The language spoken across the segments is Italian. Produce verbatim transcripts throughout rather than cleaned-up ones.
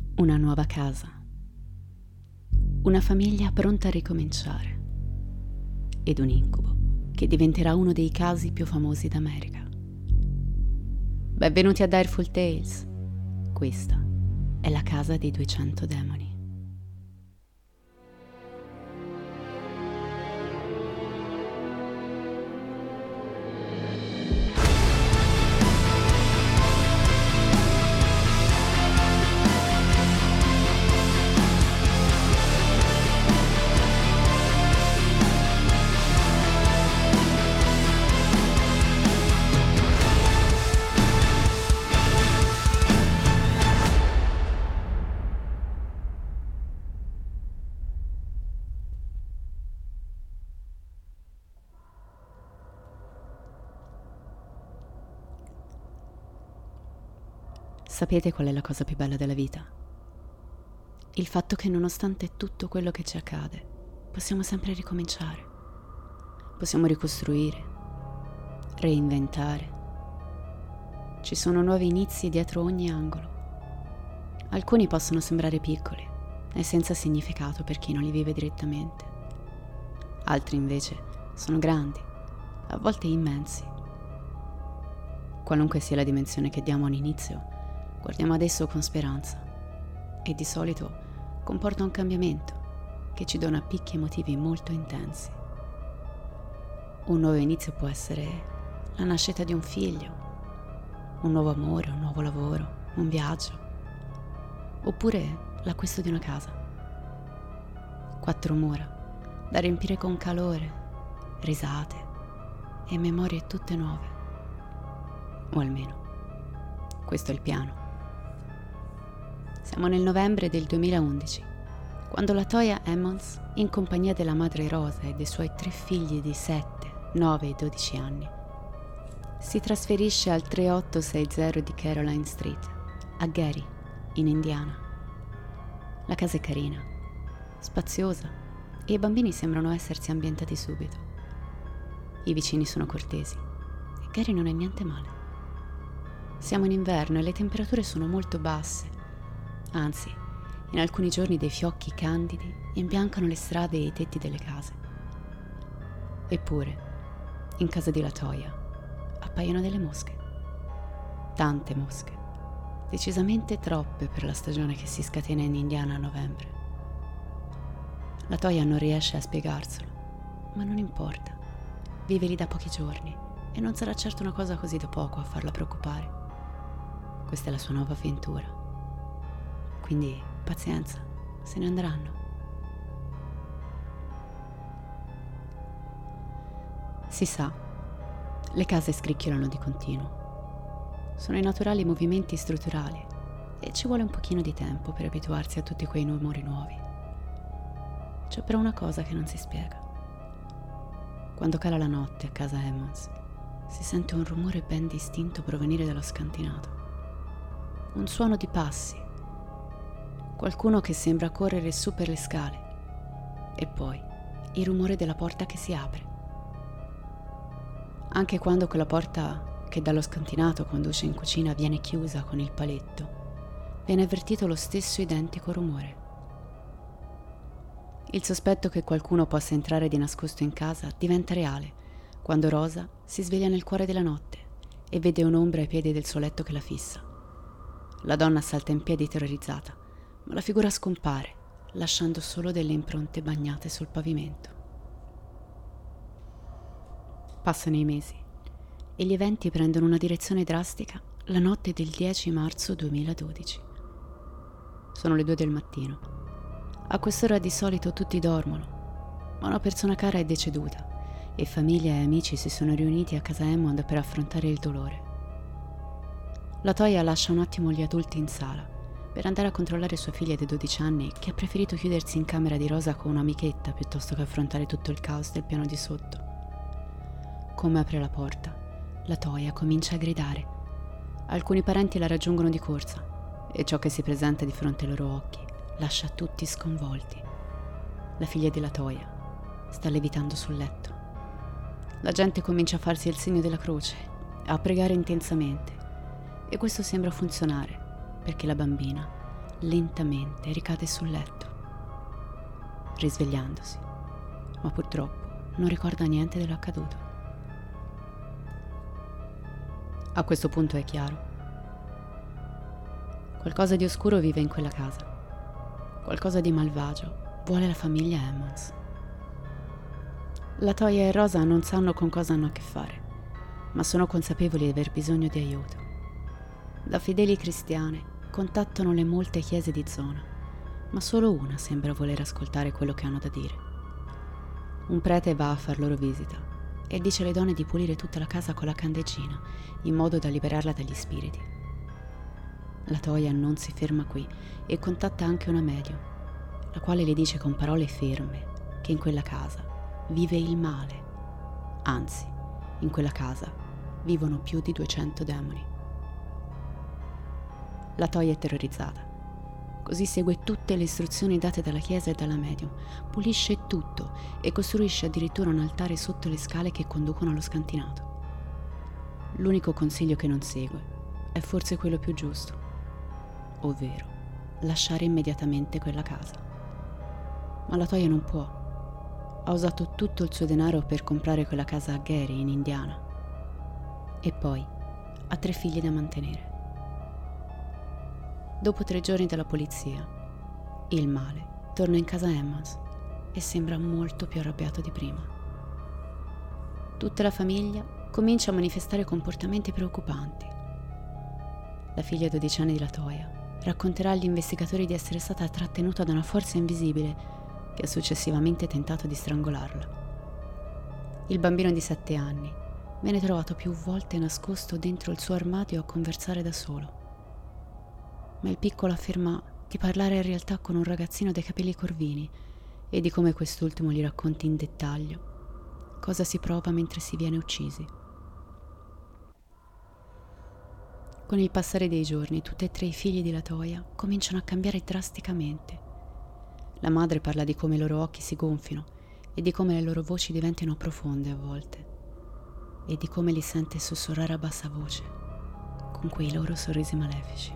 Una nuova casa. Una famiglia pronta a ricominciare. Ed un incubo che diventerà uno dei casi più famosi d'America. Benvenuti a Direful Tales. Questa è la casa dei duecento demoni. Sapete qual è la cosa più bella della vita? Il fatto che nonostante tutto quello che ci accade, possiamo sempre ricominciare. Possiamo ricostruire, reinventare. Ci sono nuovi inizi dietro ogni angolo. Alcuni possono sembrare piccoli e senza significato per chi non li vive direttamente. Altri invece sono grandi, a volte immensi. Qualunque sia la dimensione che diamo a un inizio, guardiamo adesso con speranza e di solito comporta un cambiamento che ci dona picchi emotivi molto intensi. Un nuovo inizio può essere la nascita di un figlio, un nuovo amore, un nuovo lavoro, un viaggio, oppure l'acquisto di una casa. Quattro mura da riempire con calore, risate e memorie tutte nuove. O almeno, questo è il piano. Siamo nel novembre del duemilaundici, quando la Toya Emmons, in compagnia della madre Rosa e dei suoi tre figli di sette, nove e dodici anni, si trasferisce al trentotto sessanta di Caroline Street, a Gary, in Indiana. La casa è carina, spaziosa e i bambini sembrano essersi ambientati subito. I vicini sono cortesi e Gary non è niente male. Siamo in inverno e le temperature sono molto basse. Anzi, in alcuni giorni dei fiocchi candidi imbiancano le strade e i tetti delle case. Eppure, in casa di La Toya appaiono delle mosche. Tante mosche. Decisamente troppe per la stagione che si scatena in Indiana a novembre. La Toya non riesce a spiegarselo, ma non importa. Vive lì da pochi giorni e non sarà certo una cosa così da poco a farla preoccupare. Questa è la sua nuova avventura. Quindi, pazienza, se ne andranno. Si sa, le case scricchiolano di continuo. Sono i naturali movimenti strutturali e ci vuole un pochino di tempo per abituarsi a tutti quei rumori nuovi. C'è però una cosa che non si spiega. Quando cala la notte a casa Emmons, si sente un rumore ben distinto provenire dallo scantinato. Un suono di passi. Qualcuno che sembra correre su per le scale e poi il rumore della porta che si apre. Anche quando quella porta che dallo scantinato conduce in cucina viene chiusa con il paletto, viene avvertito lo stesso identico rumore. Il sospetto che qualcuno possa entrare di nascosto in casa diventa reale quando Rosa si sveglia nel cuore della notte e vede un'ombra ai piedi del suo letto che la fissa. La donna salta in piedi terrorizzata, ma la figura scompare, lasciando solo delle impronte bagnate sul pavimento. Passano i mesi e gli eventi prendono una direzione drastica la notte del dieci marzo duemiladodici. Sono le due del mattino. A quest'ora di solito tutti dormono, ma una persona cara è deceduta e famiglia e amici si sono riuniti a casa Hammond per affrontare il dolore. La Toya lascia un attimo gli adulti in sala per andare a controllare sua figlia di dodici anni che ha preferito chiudersi in camera di Rosa con un'amichetta piuttosto che affrontare tutto il caos del piano di sotto. Come apre la porta, la Toya comincia a gridare. Alcuni parenti la raggiungono di corsa e ciò che si presenta di fronte ai loro occhi lascia tutti sconvolti. La figlia di La Toya sta levitando sul letto. La gente comincia a farsi il segno della croce, a pregare intensamente, e questo sembra funzionare perché la bambina lentamente ricade sul letto, risvegliandosi, ma purtroppo non ricorda niente dell'accaduto. A questo punto è chiaro. Qualcosa di oscuro vive in quella casa. Qualcosa di malvagio vuole la famiglia Emmons. La Toya e Rosa non sanno con cosa hanno a che fare, ma sono consapevoli di aver bisogno di aiuto. Da fedeli cristiane contattano le molte chiese di zona, ma solo una sembra voler ascoltare quello che hanno da dire. Un prete va a far loro visita e dice alle donne di pulire tutta la casa con la candeggina, in modo da liberarla dagli spiriti. La Toya non si ferma qui e contatta anche una medium, la quale le dice con parole ferme che in quella casa vive il male. Anzi, in quella casa vivono più di duecento demoni. La Toya è terrorizzata. Così segue tutte le istruzioni date dalla chiesa e dalla medium, pulisce tutto e costruisce addirittura un altare sotto le scale che conducono allo scantinato. L'unico consiglio che non segue è forse quello più giusto, ovvero lasciare immediatamente quella casa. Ma la Toya non può. Ha usato tutto il suo denaro per comprare quella casa a Gary, in Indiana. E poi ha tre figli da mantenere. Dopo tre giorni dalla polizia, il male torna in casa Emmons e sembra molto più arrabbiato di prima. Tutta la famiglia comincia a manifestare comportamenti preoccupanti. La figlia di dodici anni di La Toya racconterà agli investigatori di essere stata trattenuta da una forza invisibile che ha successivamente tentato di strangolarla. Il bambino di sette anni viene trovato più volte nascosto dentro il suo armadio a conversare da solo. Ma il piccolo afferma di parlare in realtà con un ragazzino dai capelli corvini e di come quest'ultimo gli racconti in dettaglio cosa si prova mentre si viene uccisi. Con il passare dei giorni, tutti e tre i figli di La Toya cominciano a cambiare drasticamente. La madre parla di come i loro occhi si gonfino e di come le loro voci diventino profonde a volte e di come li sente sussurrare a bassa voce con quei loro sorrisi malefici.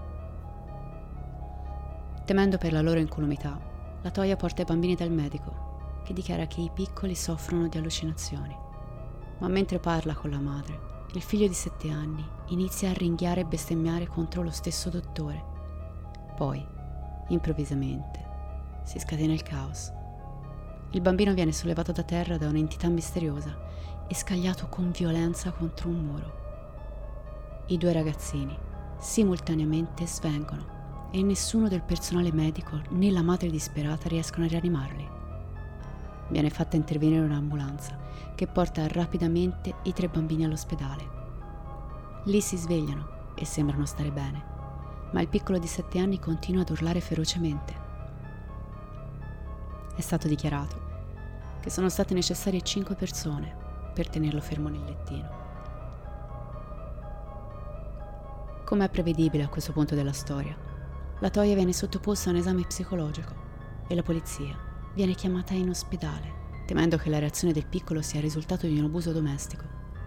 Temendo per la loro incolumità, La Toya porta i bambini dal medico, che dichiara che i piccoli soffrono di allucinazioni. Ma mentre parla con la madre, il figlio di sette anni inizia a ringhiare e bestemmiare contro lo stesso dottore. Poi, improvvisamente, si scatena il caos. Il bambino viene sollevato da terra da un'entità misteriosa e scagliato con violenza contro un muro. I due ragazzini simultaneamente svengono e nessuno del personale medico né la madre disperata riescono a rianimarli. Viene fatta intervenire un'ambulanza che porta rapidamente i tre bambini all'ospedale. Lì si svegliano e sembrano stare bene, ma il piccolo di sette anni continua ad urlare ferocemente. È stato dichiarato che sono state necessarie cinque persone per tenerlo fermo nel lettino. Come è prevedibile a questo punto della storia, La Toya viene sottoposta a un esame psicologico e la polizia viene chiamata in ospedale, temendo che la reazione del piccolo sia il risultato di un abuso domestico.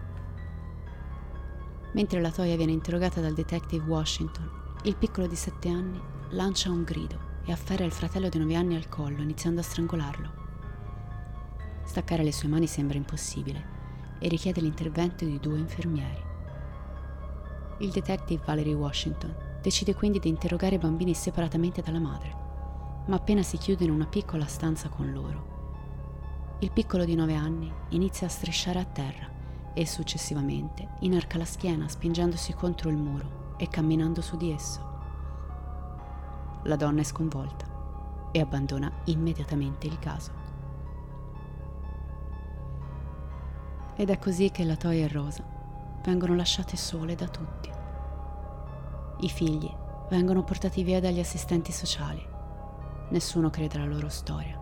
Mentre La Toya viene interrogata dal detective Washington, il piccolo di sette anni lancia un grido e afferra il fratello di nove anni al collo, iniziando a strangolarlo. Staccare le sue mani sembra impossibile e richiede l'intervento di due infermieri. Il detective Valerie Washington decide quindi di interrogare i bambini separatamente dalla madre, ma appena si chiude in una piccola stanza con loro, il piccolo di nove anni inizia a strisciare a terra e successivamente inarca la schiena spingendosi contro il muro e camminando su di esso. La donna è sconvolta e abbandona immediatamente il caso. Ed è così che La Toya e Rosa vengono lasciate sole da tutti. I figli vengono portati via dagli assistenti sociali. Nessuno crede alla loro storia.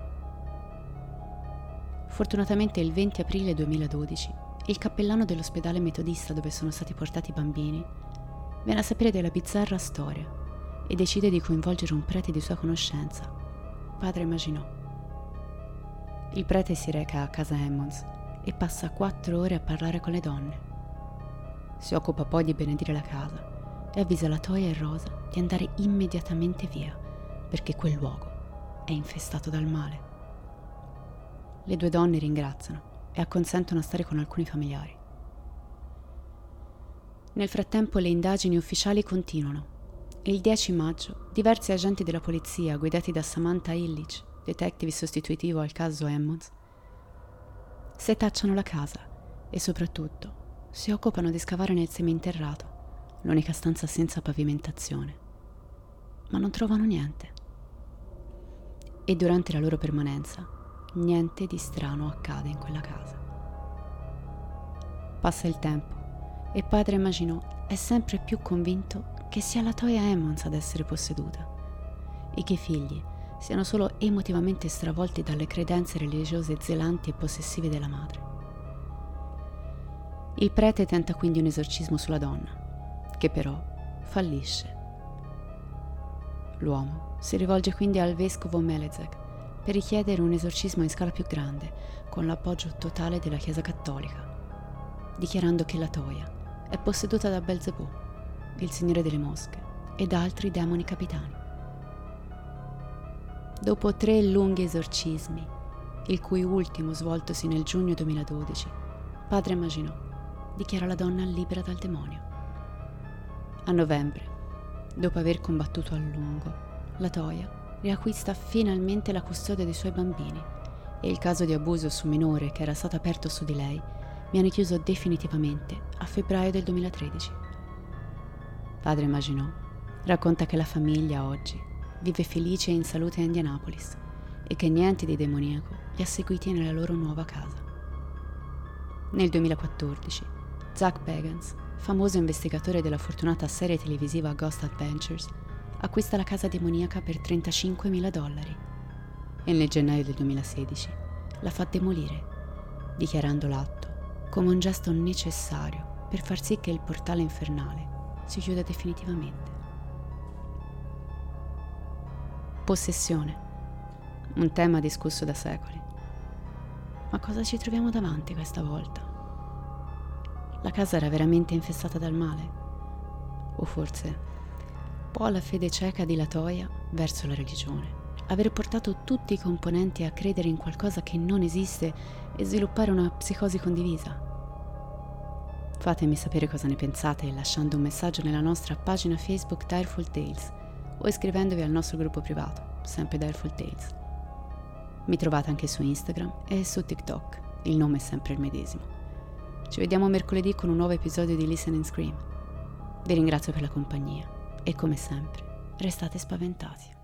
Fortunatamente il venti aprile duemiladodici il cappellano dell'ospedale metodista dove sono stati portati i bambini viene a sapere della bizzarra storia e decide di coinvolgere un prete di sua conoscenza, padre Maginot. Il prete si reca a casa Emmons e passa quattro ore a parlare con le donne. Si occupa poi di benedire la casa e avvisa La Toya e Rosa di andare immediatamente via, perché quel luogo è infestato dal male. Le due donne ringraziano e acconsentono a stare con alcuni familiari. Nel frattempo le indagini ufficiali continuano e il dieci maggio diversi agenti della polizia, guidati da Samantha Illich, detective sostitutivo al caso Emmons, setacciano la casa e soprattutto si occupano di scavare nel seminterrato, l'unica stanza senza pavimentazione, ma non trovano niente. E durante la loro permanenza niente di strano accade in quella casa. Passa il tempo e padre Maginot è sempre più convinto che sia la Toya Emmons ad essere posseduta e che i figli siano solo emotivamente stravolti dalle credenze religiose zelanti e possessive della madre. Il prete tenta quindi un esorcismo sulla donna, che però fallisce. L'uomo si rivolge quindi al vescovo Melezek per richiedere un esorcismo in scala più grande, con l'appoggio totale della Chiesa Cattolica, dichiarando che la Toya è posseduta da Belzebù, il signore delle mosche, e da altri demoni capitani. Dopo tre lunghi esorcismi, il cui ultimo svoltosi nel giugno duemiladodici, padre Maginot dichiara la donna libera dal demonio. A novembre, dopo aver combattuto a lungo, la Toya riacquista finalmente la custodia dei suoi bambini e il caso di abuso su minore che era stato aperto su di lei viene chiuso definitivamente a febbraio del duemilatredici. Padre Maginot racconta che la famiglia oggi vive felice e in salute a Indianapolis e che niente di demoniaco li ha seguiti nella loro nuova casa. Nel duemilaquattordici, Zach Bagans, famoso investigatore della fortunata serie televisiva Ghost Adventures, acquista la casa demoniaca per trentacinquemila dollari e nel gennaio del duemilasedici la fa demolire, dichiarando l'atto come un gesto necessario per far sì che il portale infernale si chiuda definitivamente. Possessione, un tema discusso da secoli. Ma cosa ci troviamo davanti questa volta? La casa era veramente infestata dal male? O forse può la fede cieca di la Toya verso la religione aver portato tutti i componenti a credere in qualcosa che non esiste e sviluppare una psicosi condivisa? Fatemi sapere cosa ne pensate lasciando un messaggio nella nostra pagina Facebook Direful Tales o iscrivendovi al nostro gruppo privato, sempre Direful Tales. Mi trovate anche su Instagram e su TikTok, il nome è sempre il medesimo. Ci vediamo mercoledì con un nuovo episodio di Listen and Scream. Vi ringrazio per la compagnia e come sempre restate spaventati.